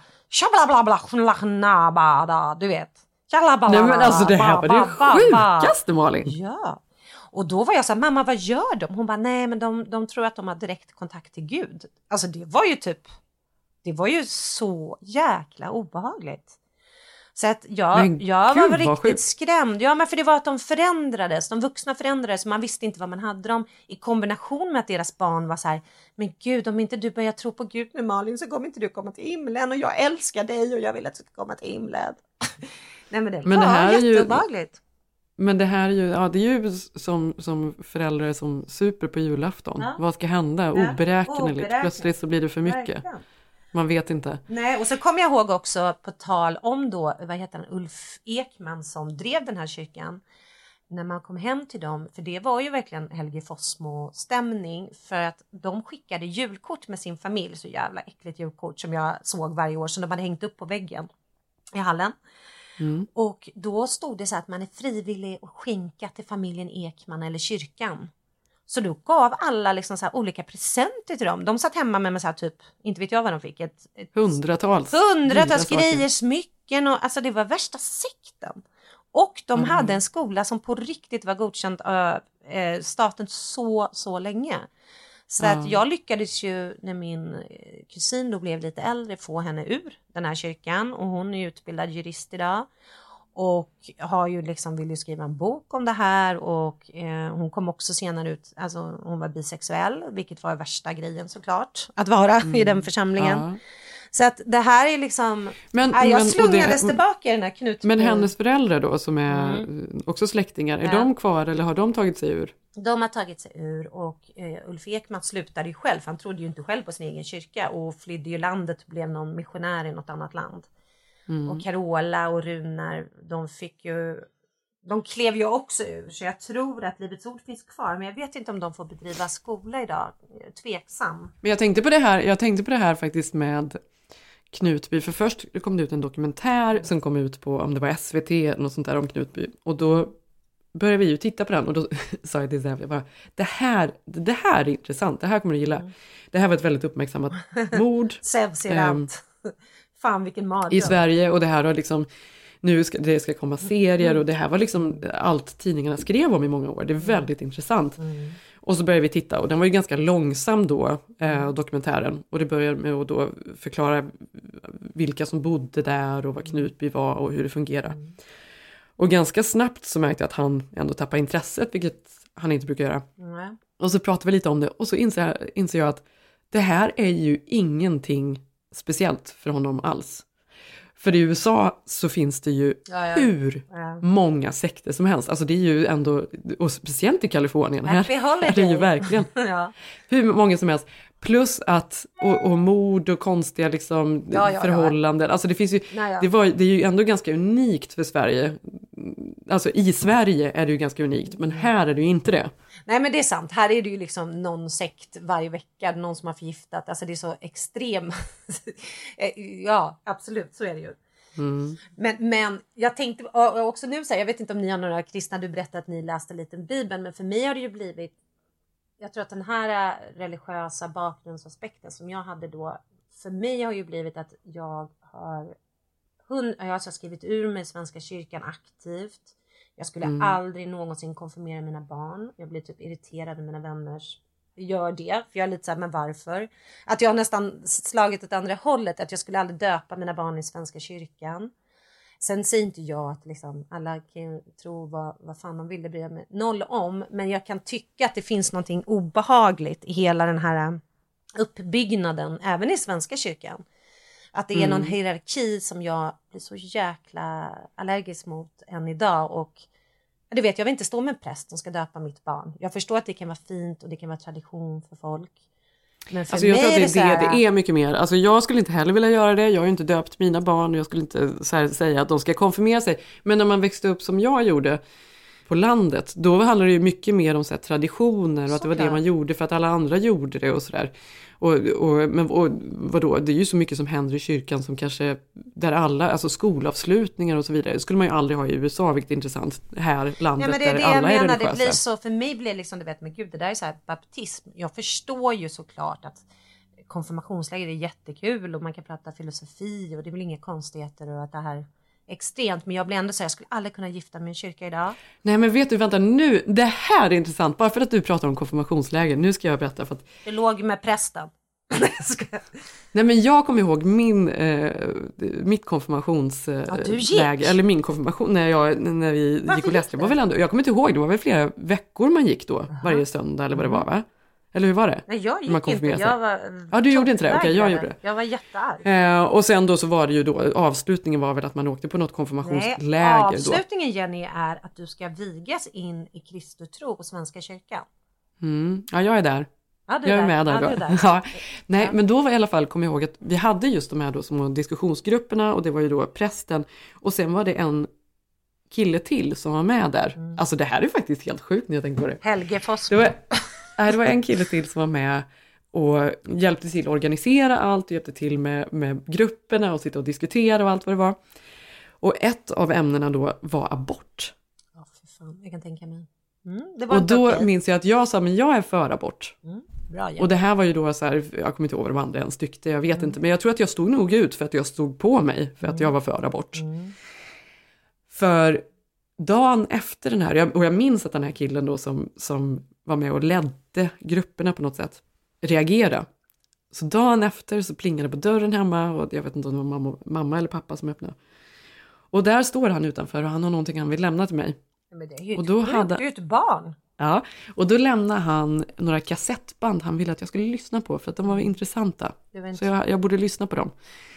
Tjablabla, du vet. Nej men alltså det här var det sjukaste, Malin. Ja. Och då var jag så här, mamma vad gör de? Hon bara, nej men de, de tror att de har direkt kontakt till Gud. Alltså det var ju typ, det var ju så jäkla obehagligt. Så att jag, Men jag gud, var vad riktigt sjukt. skrämd. Ja, men för det var att de förändrades, de vuxna förändrades. Man visste inte vad man hade dem. I kombination med att deras barn var så här, men gud om inte du börjar tro på Gud med Malin så kommer inte du komma till himlen. Och jag älskar dig och jag vill att du ska komma till himlen. Nej men det Men var det här är ju- jätteobehagligt. Men det här är ju, ja, det är ju som, som föräldrar som super på julafton. Ja. Vad ska hända? Ja, Oberäkneligt. oberäkneligt. Plötsligt så blir det för mycket. Verkligen. Man vet inte. Nej, och så kommer jag ihåg också på tal om då, vad heter han, Ulf Ekman som drev den här kyrkan. När man kom hem till dem, för det var ju verkligen Helge Fossmo-stämning. För att de skickade julkort med sin familj, så jävla äckligt julkort som jag såg varje år. Som de hade hängt upp på väggen i hallen. Mm. Och då stod det så att man är frivillig att skänka till familjen Ekman eller kyrkan. Så då gav alla liksom så här olika presenter till dem. De satt hemma med, med så här typ, inte vet jag vad de fick. Ett, ett, hundratals. Hundratals grejer, smycken och alltså det var värsta sekten. Och de mm. hade en skola som på riktigt var godkänd av äh, staten så, så länge. Så mm. att jag lyckades ju när min kusin då blev lite äldre få henne ur den här kyrkan. Och hon är utbildad jurist idag. Och har ju liksom, vill ju skriva en bok om det här. Och eh, hon kom också senare ut, alltså hon var bisexuell. Vilket var värsta grejen såklart. Att vara mm. i den församlingen. Ja. Så att det här är liksom, men, äh, jag men, slungades det, tillbaka i den här knuten. Men hennes föräldrar då som är mm. också släktingar, är ja. de kvar eller har de tagit sig ur? De har tagit sig ur och eh, Ulf Ekman slutade ju själv. Han trodde ju inte själv på sin egen kyrka och flydde ju landet och blev någon missionär i något annat land. Mm. Och Carola och Runar, de fick ju, de klev ju också ur. Så jag tror att Livets Ord finns kvar. Men jag vet inte om de får bedriva skola idag. Jag är tveksam. Men jag tänkte på det här, jag tänkte på det här faktiskt med Knutby. För först kom det ut en dokumentär som kom ut på, om det var S V T, något sånt där om Knutby. Och då började vi ju titta på den och då sa jag till Zävle bara, det här, det här är intressant, det här kommer du gilla. Mm. Det här var ett väldigt uppmärksammat mord. Säv ser um, allt. Fan vilken mardröm. I Sverige, och det här har liksom, nu ska det ska komma serier och det här var liksom allt tidningarna skrev om i många år. Det är väldigt mm. intressant. Mm. Och så började vi titta och den var ju ganska långsam då, eh, dokumentären. Och det började med att då förklara vilka som bodde där och vad Knutby var och hur det fungerade. Mm. Och ganska snabbt så märkte jag att han ändå tappade intresset, vilket han inte brukar göra. Mm. Och så pratade vi lite om det och så inser jag, inser jag att det här är ju ingenting speciellt för honom alls. För i U S A så finns det ju ja, ja. hur ja. många sekter som helst. Alltså det är ju ändå, och speciellt i Kalifornien här, är det ju verkligen ja. hur många som helst. Plus att, och, och mord och konstiga liksom ja, ja, förhållanden. Ja. Alltså det finns ju, Nej, ja. det, var, det är ju ändå ganska unikt för Sverige. Alltså i Sverige är det ju ganska unikt, men här är det ju inte det. Nej men det är sant, här är det ju liksom någon sekt varje vecka, någon som har förgiftat. Alltså det är så extrem. Ja, absolut, så är det ju. Mm. Men, men jag tänkte också nu säga, jag vet inte om ni har några kristna, du berättade att ni läste lite Bibeln, men för mig har det ju blivit, jag tror att den här religiösa bakgrundsaspekten som jag hade då, för mig har ju blivit att jag har, hund, jag har skrivit ur mig Svenska kyrkan aktivt. Jag skulle mm. aldrig någonsin konfirmera mina barn. Jag blir typ irriterad när mina vänner gör det. För jag är lite så här, men varför? Att jag har nästan slagit åt andra hållet. Att jag skulle aldrig döpa mina barn i Svenska kyrkan. Sen säger inte jag att liksom, alla kan tro vad, vad fan de ville bry mig noll om. Men jag kan tycka att det finns någonting obehagligt i hela den här uppbyggnaden. Även i Svenska kyrkan. Att det är någon mm. hierarki som jag blir så jäkla allergisk mot än idag. Och du vet, jag vill inte stå med en präst som ska döpa mitt barn. Jag förstår att det kan vara fint och det kan vara tradition för folk. Men för alltså jag mig tror att det, är det, här... det är mycket mer. Alltså jag skulle inte heller vilja göra det. Jag har ju inte döpt mina barn och jag skulle inte så här säga att de ska konfirmera sig. Men när man växte upp som jag gjorde på landet, då handlar det ju mycket mer om så här traditioner och så att det var klart. Det man gjorde för att alla andra gjorde det och sådär. Och, och, men och, vadå, det är ju så mycket som händer i kyrkan som kanske, där alla, alltså skolavslutningar och så vidare, det skulle man ju aldrig ha i U S A, vilket är intressant, här landet ja, men det är där det alla jag menar, är religiösa. Det blir så, för mig blir det liksom, du vet, men gud, det där är så här baptism. Jag förstår ju såklart att konfirmationsläger är jättekul och man kan prata filosofi och det är väl inga konstigheter och att det här extremt, men jag blir ändå så jag skulle aldrig kunna gifta mig i en kyrka idag. Nej men vet du, vänta nu, det här är intressant, bara för att du pratar om konfirmationsläger, nu ska jag berätta för att... Det låg med prästen. Nej men jag kommer ihåg min, eh, mitt konfirmationsläger, eh, eller min konfirmation, när, jag, när vi Varför gick och läste, var väl ändå, jag kommer inte ihåg, det var väl flera veckor man gick då, uh-huh. varje söndag eller vad det var va? Eller hur var det? Nej, jag gick inte. Jag var ja, du gjorde inte det. Okej, okay, jag gjorde det. Jag var jättearg. Eh, och sen då så var det ju då, avslutningen var väl att man åkte på något konfirmationsläger. Nej, avslutningen då. Jenny är att du ska vigas in i Kristi tro på Svenska kyrkan. Mm. Ja, jag är där. Ja, du jag är där. med där. Ja, då. där. Ja. Nej, ja. Men då var i alla fall, kom jag ihåg att vi hade just de här då som diskussionsgrupperna och det var ju då prästen. Och sen var det en kille till som var med där. Mm. Alltså det här är faktiskt helt sjukt när jag tänker på det. Helge Foss. Det var, äh, det var en kille till som var med och hjälpte till att organisera allt och hjälpte till med, med grupperna och sitta och diskutera och allt vad det var. Och ett av ämnena då var abort. Ja, för fan. Jag kan tänka mig. Mm, det var och då okej. minns jag att jag sa, men jag är för abort. Mm, bra, ja. Och det här var ju då så här, jag kommer inte ihåg vad de andra ens tyckte, jag vet mm. inte. Men jag tror att jag stod nog ut för att jag stod på mig för att mm. jag var för abort. Mm. För dagen efter den här, och jag minns att den här killen då som, som var med och ledde grupperna på något sätt, reagerade. Så dagen efter så plingade på dörren hemma och jag vet inte om det var mamma, mamma eller pappa som öppnade. Och där står han utanför och han har någonting han vill lämna till mig. Men det är ju och då ett, hade, det är ett barn. Ja, och då lämnade han några kassettband han ville att jag skulle lyssna på för att de var intressanta. Var så jag, jag borde lyssna på dem.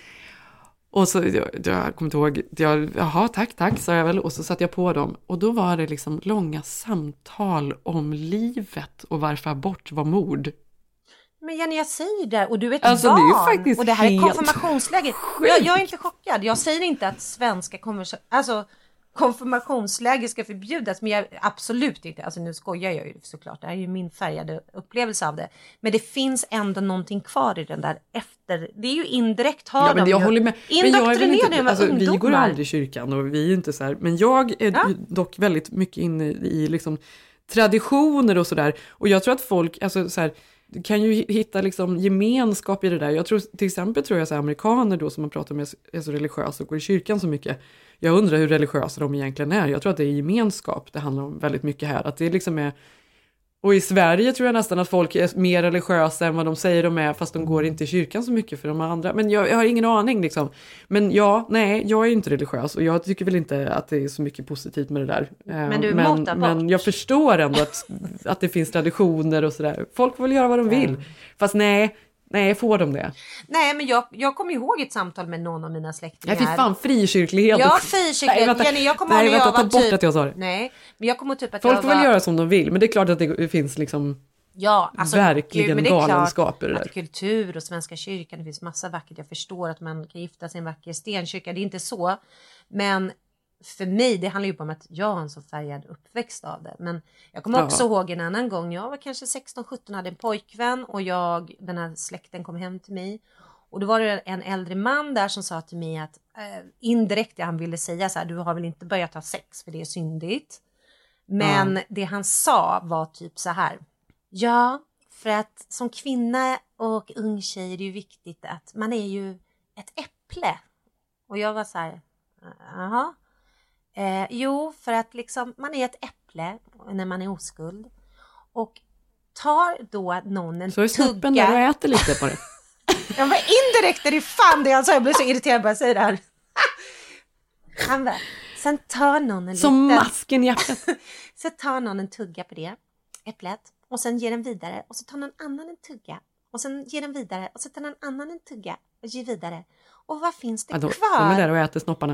Och så jag, jag kommer inte ihåg, jag, jaha tack tack sa jag väl och så satte jag på dem. Och då var det liksom långa samtal om livet och varför abort var mord. Men Jenny, jag säger det, och du är ett alltså, barn. Det är ju faktiskt och det här är helt konfirmationsläge. Jag, jag är inte chockad. Jag säger inte att svenska konvers- alltså, konfirmationsläge ska förbjudas, men jag, absolut inte. Alltså nu skojar jag ju såklart. Det här är ju min färgade upplevelse av det. Men det finns ändå någonting kvar i den där efter. Det är ju indirekt har ja, men de jag ju håller med. Men jag är väl inte, alltså, vi går aldrig i kyrkan och vi är inte så här. Men jag är ja. dock väldigt mycket inne i liksom traditioner och sådär. Och jag tror att folk, alltså så här, kan ju hitta liksom gemenskap i det där. Jag tror till exempel tror jag så här, amerikaner då som man pratar med är så religiösa och går i kyrkan så mycket. Jag undrar hur religiösa de egentligen är. Jag tror att det är gemenskap det handlar om väldigt mycket här. Att det liksom är, och i Sverige tror jag nästan att folk är mer religiösa än vad de säger de är, fast de går inte i kyrkan så mycket för de andra. Men jag, jag har ingen aning liksom. Men ja, nej, jag är inte religiös och jag tycker väl inte att det är så mycket positivt med det där. Men du är men, emot abort. men jag förstår ändå att, att det finns traditioner och sådär. Folk får väl göra vad de vill. Mm. Fast nej, nej, får de det? Nej, men jag, jag kommer ihåg ett samtal med någon av mina släktingar. Nej, fy fan, frikyrklighet. Ja, frikyrklighet. Nej, Jenny, jag kommer nej, ihåg vänta, ta bort typ, att jag sa det. Nej, men jag kommer typ att folk jag får var... väl göra som de vill, men det är klart att det finns liksom ja, alltså, verkligen gud, men det är galenskaper klart där. Att kultur och Svenska kyrkan, det finns massa vackert. Jag förstår att man kan gifta sig i en vacker stenkyrka, det är inte så. Men för mig, det handlar ju om att jag har en så färgad uppväxt av det. Men jag kommer också ja. ihåg en annan gång, jag var kanske sexton sjutton, hade en pojkvän och jag, den här släkten kom hem till mig. Och då var det en äldre man där som sa till mig att eh, indirekt det han ville säga så här, du har väl inte börjat ha sex för det är syndigt. Men ja. det han sa var typ så här, ja, för att som kvinna och ung tjej är det ju viktigt att man är ju ett äpple. Och jag var så här, jaha. Eh, jo, för att liksom man är ett äpple när man är oskuld. Och tar då någon en så är snoppen där och äter lite på det. Ja, men indirekt är det fan det han sa. Jag blev så irriterad bara att säga det här. Han bara, sen tar någon en som liten... masken i äpplet. Så tar någon en tugga på det äpplet. Och sen ger den vidare. Och så tar någon annan en tugga. Och sen ger den vidare. Och så tar någon annan en tugga. Och ger vidare. Och vad finns det ja, då, kvar? De är där och äter snopparna.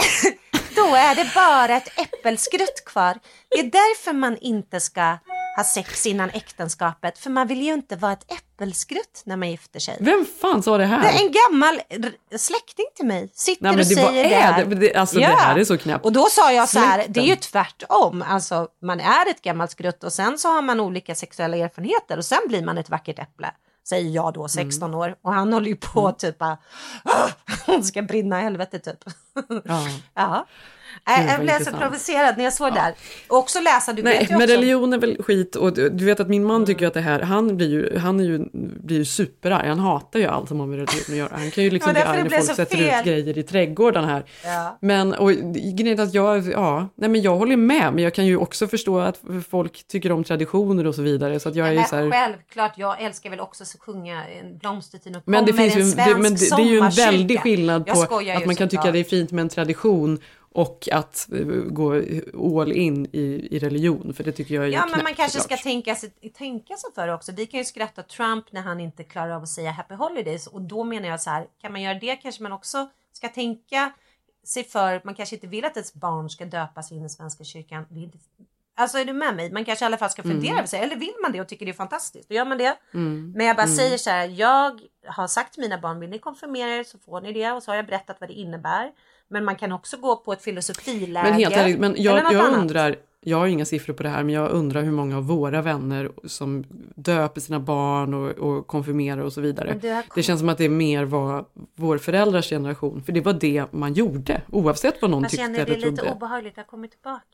Då är det bara ett äppelskrutt kvar. Det är därför man inte ska ha sex innan äktenskapet. För man vill ju inte vara ett äppelskrutt när man gifter sig. Vem fan sa det här? Det är en gammal r- släkting till mig. Sitter Nej, men och det säger det här. Det, det, alltså ja. Det här är så knäppt. Och då sa jag så här, det är ju tvärtom. Alltså man är ett gammalt skrutt och sen så har man olika sexuella erfarenheter. Och sen blir man ett vackert äpple. Säger jag då, sexton mm. år. Och han håller ju på mm. typ att hon ska brinna i helvete typ. Ja. ja. Jag, jag blev så provocerad när jag såg ja. där. Och också läsa, du Nej, vet ju men också. religion är väl skit. Och du, du vet att min man mm. tycker att det här, han blir ju, han är ju, blir ju superarg. Han hatar ju allt som har med religion att göra. Han kan ju liksom ja, bli arg när folk sätter fel. ut grejer i trädgården här. Ja. Men, och grejen att jag, ja, nej men jag håller med. Men jag kan ju också förstå att folk tycker om traditioner och så vidare. Så att jag ja, är så här... Självklart, jag älskar väl också att sjunga en blomstertid och men det finns ju, en svensk det, men det, det är ju en väldig skillnad på att man kan tycka klart. det är fint med en tradition och att gå all in i, i religion, för det tycker jag är ja, knäppt, men man kanske såklart. ska tänka sig, tänka sig för också. Vi kan ju skratta Trump när han inte klarar av att säga happy holidays, och då menar jag så här, kan man göra det kanske man också ska tänka sig för. Man kanske inte vill att ett barn ska döpas in i Svenska kyrkan. Det är inte, alltså är du med mig? Man kanske i alla fall ska fundera mm. över sig, eller vill man det och tycker det är fantastiskt, då gör man det. Mm. Men jag bara mm. säger så här, jag har sagt till mina barn, vill ni konfirmera er så får ni det, och så har jag berättat vad det innebär. Men man kan också gå på ett filosofiläge. Men helt ärligt, men jag, jag undrar, jag har inga siffror på det här, men jag undrar hur många av våra vänner som döper sina barn och, och konfirmerar och så vidare. Det, det känns som att det är mer vad vår föräldrars generation, för det var det man gjorde, oavsett vad någon man tyckte eller trodde. Man känner det lite obehagligt att komma tillbaka.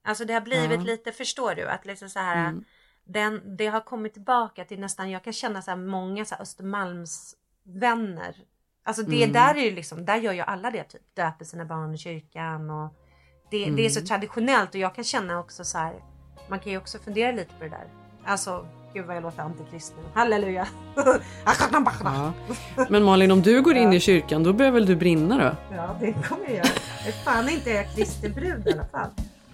Alltså det har blivit Ja. lite, förstår du, att liksom så här, Mm. den, det har kommit tillbaka till nästan, jag kan känna så här många så här Östermalms vänner. Alltså det Mm. där är ju liksom, där gör ju alla det typ, döper sina barn i kyrkan och det, Mm. det är så traditionellt och jag kan känna också så här, man kan ju också fundera lite på det där. Alltså, gud vad jag låter antikristen. Halleluja. Ja. Men Malin, om du går in i kyrkan, då behöver väl du brinna då? Ja, det kommer jag göra. Det är fan inte jag kristen brud i alla fall.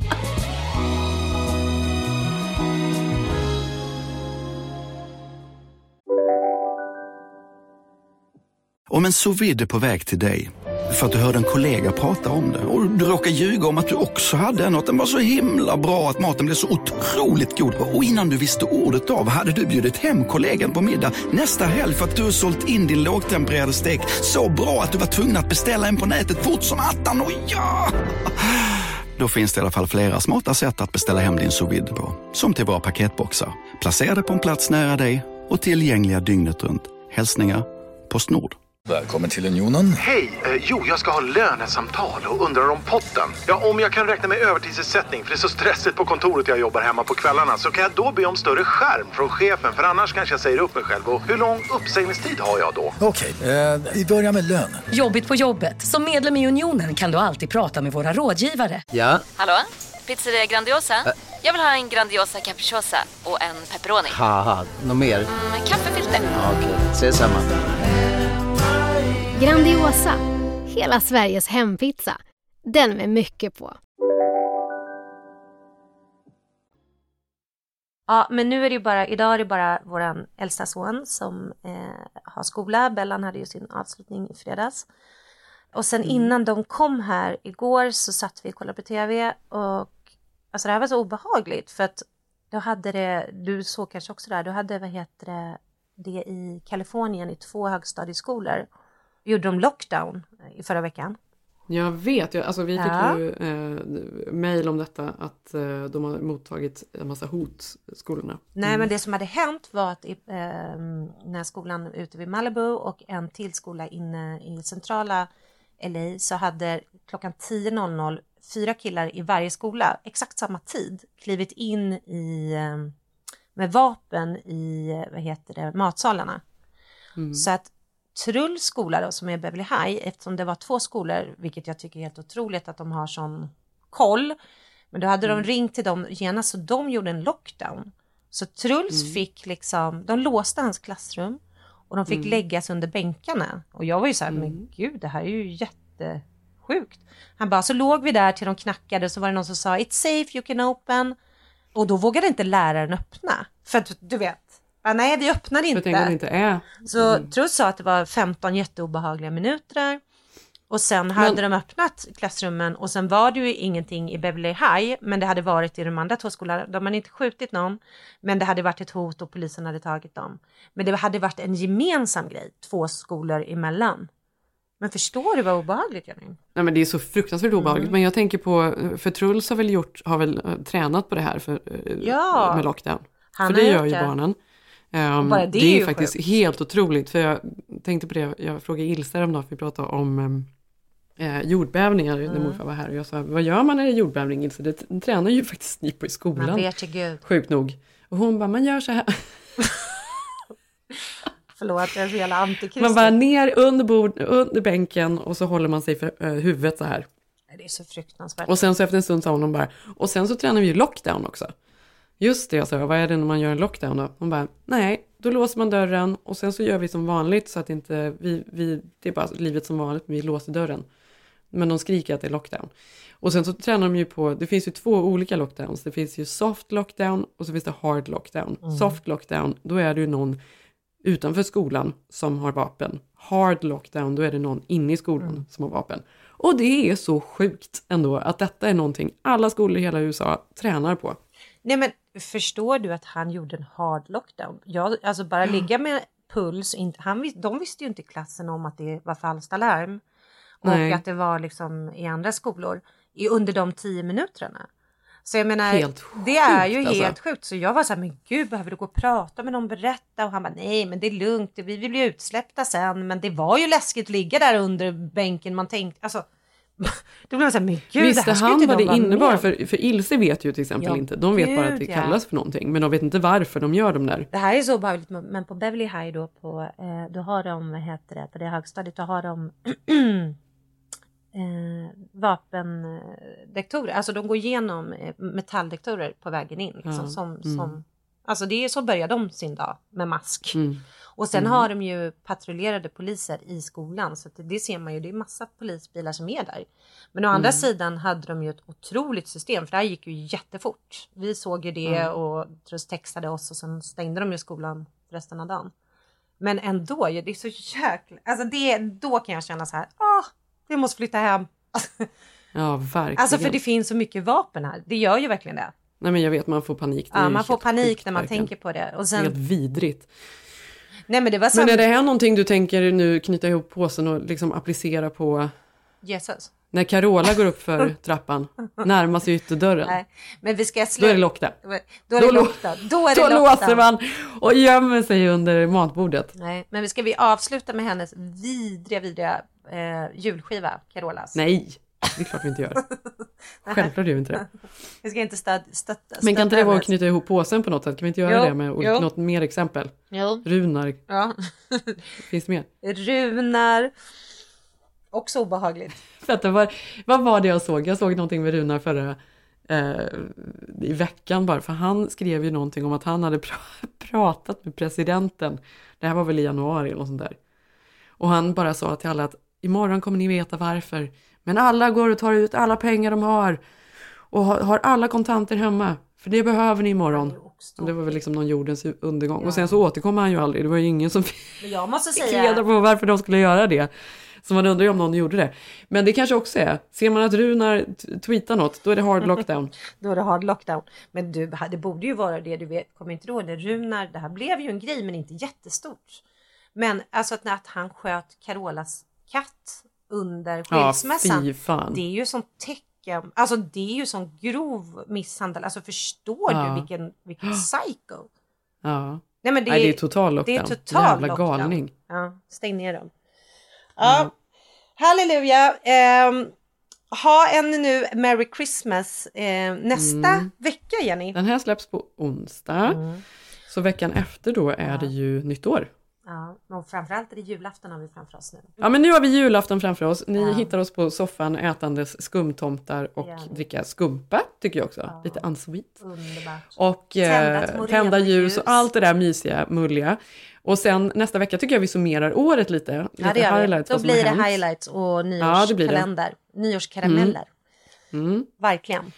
Om en sous vide är på väg till dig för att du hörde en kollega prata om det och du råkar ljuga om att du också hade en och att den var så himla bra att maten blev så otroligt god. Och innan du visste ordet av hade du bjudit hem kollegan på middag nästa helg för att du har sålt in din lågtempererade stek så bra att du var tvungen att beställa en på nätet fort som attan. Och ja! Då finns det i alla fall flera smarta sätt att beställa hem din sous vide på. Som till våra paketboxar. Placerade på en plats nära dig och tillgängliga dygnet runt. Hälsningar Postnord. Välkommen till Unionen. Hej, eh, jo jag ska ha lönesamtal och undrar om potten. Ja, om jag kan räkna med övertidsersättning för det är så stressigt på kontoret jag jobbar hemma på kvällarna så kan jag då be om större skärm från chefen för annars kanske jag säger upp mig själv. Och hur lång uppsägningstid har jag då? Okej, eh, vi börjar med lön. Jobbigt på jobbet. Som medlem i Unionen kan du alltid prata med våra rådgivare. Ja? Hallå? Pizzeria Grandiosa? Ä jag vill ha en Grandiosa capriciosa och en pepperoni. Haha, något mer? Mm, kaffefilter. Ja, okej, ses samma. Grandiosa, hela Sveriges hempizza. Den med mycket på. Ja, men nu är det ju bara, idag är det bara våran äldsta son som eh, har skola. Bellan hade ju sin avslutning i fredags. Och sen mm. innan de kom här igår så satt vi och kollade på tv och alltså det här var så obehagligt för att då hade det, du såg kanske också där, då hade vad heter det, det i Kalifornien i två högstadieskolor. Gjorde de lockdown i förra veckan? Jag vet, jag, alltså vi fick ja. ju eh, mejl om detta att eh, de har mottagit en massa hot, skolorna. Nej, mm. men det som hade hänt var att i, eh, när skolan ute vid Malibu och en till skola inne i centrala L A så hade klockan tio noll noll fyra killar i varje skola exakt samma tid klivit in i, eh, med vapen i vad heter det, matsalarna. Mm. Så att Trulls skola då, som är Beverly High, eftersom det var två skolor, vilket jag tycker är helt otroligt att de har sån koll, men då hade mm. de ringt till dem genast så de gjorde en lockdown. Så Trulls mm. fick liksom, de låste hans klassrum och de fick mm. läggas under bänkarna. Och jag var ju så här, mm. men gud, det här är ju jättesjukt. Han bara, så låg vi där till de knackade så var det någon som sa, it's safe, you can open. Och då vågade inte läraren öppna. För att du vet, ah, nej, vi öppnade inte. Jag det inte är. Så mm. Truls sa att det var femton jätteobehagliga minuter där. Och sen hade men... de öppnat klassrummen. Och sen var det ju ingenting i Beverly High. Men det hade varit i de andra två skolorna. De hade inte skjutit någon. Men det hade varit ett hot och polisen hade tagit dem. Men det hade varit en gemensam grej. Två skolor emellan. Men förstår du vad obehagligt, Janine? Nej, men det är så fruktansvärt obehagligt. Mm. Men jag tänker på, för Truls har väl gjort, har väl uh, tränat på det här för, uh, ja. med lockdown. Han för det gör det. ju barnen. Um, det, det är, är ju faktiskt sjukt. Helt otroligt. För jag tänkte på det, jag frågade Ilse häromdagen för vi pratade om um, eh, jordbävningar mm. när morfar var här. Och jag sa, vad gör man när det är jordbävning, Ilse? Det tränar ju faktiskt ni på i skolan. Man vet ju Gud. Sjukt nog. Och hon bara, man gör så här. Förlåt, jag är så jävla antikristen. Man bara ner under, bord, under bänken och så håller man sig för uh, huvudet så här. Det är så fruktansvärt. Och sen så efter en stund sa hon bara, och sen så tränar vi ju lockdown också. Just det, jag sa, vad är det när man gör en lockdown då? Hon bara, nej, då låser man dörren och sen så gör vi som vanligt så att inte vi, vi det är bara livet som vanligt, vi låser dörren. Men de skriker att det är lockdown. Och sen så tränar de ju på, det finns ju två olika lockdowns. Det finns ju soft lockdown och så finns det hard lockdown. Mm. Soft lockdown, då är det ju någon utanför skolan som har vapen. Hard lockdown, då är det någon inne i skolan mm. som har vapen. Och det är så sjukt ändå att detta är någonting alla skolor i hela U S A tränar på. Nej, men förstår du att han gjorde en hard lockdown? Jag, alltså bara ja. ligga med puls. Inte, han, de visste ju inte i klassen om att det var falskt alarm. Och Nej. att det var liksom i andra skolor i, under de tio minuterna. Så jag menar, helt det är ju sjukt, helt alltså. sjukt. Så jag var så här, men gud, behöver du gå och prata med någon, berätta? Och han bara, nej men det är lugnt, vi vill bli utsläppta sen. Men det var ju läskigt att ligga där under bänken. Man tänkte, alltså, Då blev jag så här, men gud, visste det här han inte vad de det vara innebar? med. För, för Ilse vet ju till exempel Ja, inte. De vet gud, bara att det ja. kallas för någonting. Men de vet inte varför de gör de där. Det här är så obehagligt, men på Beverly High då, på, eh, då har de, vad heter det, på det högstadiet, då har de eh, vapendetektorer. Alltså de går igenom eh, metalldetektorer på vägen in. Liksom, Ja, som, mm. som, alltså det är så börjar de sin dag med mask. Mm. Och sen Mm. har de ju patrullerade poliser i skolan. Så att det, det ser man ju, det är massa polisbilar som är där. Men å andra Mm. sidan hade de ju ett otroligt system. För det här gick ju jättefort. Vi såg ju det Mm. och Trus textade oss. Och sen stängde de ju skolan resten av dagen. Men ändå, ja, det är så jäkla... Alltså det, då kan jag känna så här, åh, vi måste flytta hem. Ja, verkligen. Alltså för det finns så mycket vapen här. Det gör ju verkligen det. Nej, men jag vet, man får panik. Det är Ja, ju man får helt panik sjukt, när man verkligen. tänker på det. Och Det är helt sen, vidrigt. nej men det var så... Men är det här någonting du tänker nu knyta ihop påsen och liksom applicera på Jesus. när Carola går upp för trappan, närmar sig ytterdörren? Nej, men vi ska Då sluta. är det lockdown. Då är det Då lo- lockdown. Då är det Då lockdown. låser man och gömmer sig under matbordet. Nej, men ska vi avsluta med hennes vidriga, vidriga eh, julskiva, Carolas? Nej, det är klart vi inte gör. Självklart gör vi inte det. Vi ska inte stöd, stötta. Men kan inte det vara att hennes. knyta ihop påsen på något sätt? Kan vi inte göra Jo, det med jo. något mer exempel? Jo. Runar. Ja. Finns det mer? Runar. Också obehagligt. Vänta, vad, vad var det jag såg? Jag såg någonting med Runar förra eh, i veckan bara. För han skrev ju någonting om att han hade pra- pratat med presidenten. Det här var väl i januari eller något sånt där. Och han bara sa till alla att imorgon kommer ni veta varför. Men alla går och tar ut alla pengar de har. Och har, har alla kontanter hemma. För det behöver ni imorgon. Och det var väl liksom någon jordens undergång. Ja. Och sen så återkommer han ju aldrig. Det var ju ingen som Men jag måste fick säga... reda på varför de skulle göra det. Så man undrar ju om någon gjorde det. Men det kanske också är. Ser man att Runar t- tweetar något, då är det hard lockdown. Då är det hard lockdown. Men du, det borde ju vara det, du vet, kommer inte ihåg det, Runar, det här blev ju en grej men inte jättestort. Men alltså att, att han sköt Carolas katt under skilsmässan, Ja, fy fan. det är ju som tecken, alltså det är ju som grov misshandel, alltså förstår Ja. du vilken, vilken psycho? Ja. Nej, men det, Nej, det är total lockdown. Det är total Jävla lockdown. galning. Ja, stäng ner dem. Ja, halleluja. Um, ha en nu Merry Christmas eh, nästa Mm. vecka, Jenny. Den här släpps på onsdag. Mm. Så veckan efter då är det ju nytt år. Ja, och framförallt är det julafton har vi framför oss nu. Ja, men nu har vi julafton framför oss. Ni Ja. hittar oss på soffan ätandes skumtomtar och Ja. dricka skumpa, tycker jag också. Lite unsweet. Underbart. Och Tända eh, små tända ljus revoljus. och allt det där mysiga, mulliga. Och sen nästa vecka tycker jag vi summerar året lite. Ja, lite det gör vi. highlights, Då vad som har blir det hänt. highlights och Ja, det blir det. nyårskalender. Nyårskarameller. Mm. Verkligen.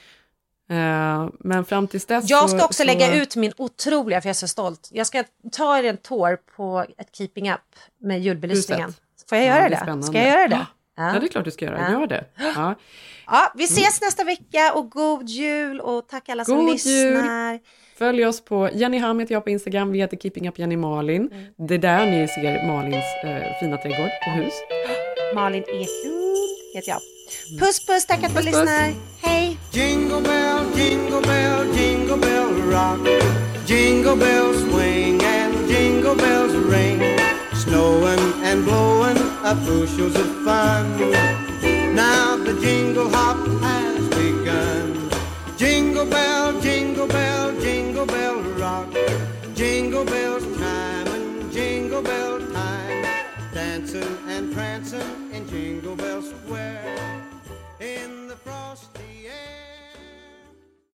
Eh, men fram tills dess Jag ska så, också så... lägga ut min otroliga, för jag är så stolt. Jag ska ta en tour på ett Keeping Up med julbelysningen. Huset. Får jag Ja, göra det är det? spännande. Ska jag göra det? Ja, det är klart du ska göra. Ja. Gör det. Ja. Ja, vi ses nästa vecka och god jul och tack alla som God lyssnar. jul. Följ oss på Jenny Ham heter jag på Instagram. Vi heter Keeping Up Jenny Malin. Mm. Det är där ni ser Malins eh, fina trädgård och hus. Malin Eklund heter jag. Puss puss, tack att du Puss, puss. lyssnar. Hej! Jingle bell, jingle bell, jingle bell rock. Jingle bells swing and jingle bells ring. Snowing and blowing up bushels of fun. Now the jingle hop has begun. Jingle bell, jingle bell, jingle bell rock. Jingle bells chime and jingle bell time. Dancing and prancing in Jingle Bell Square.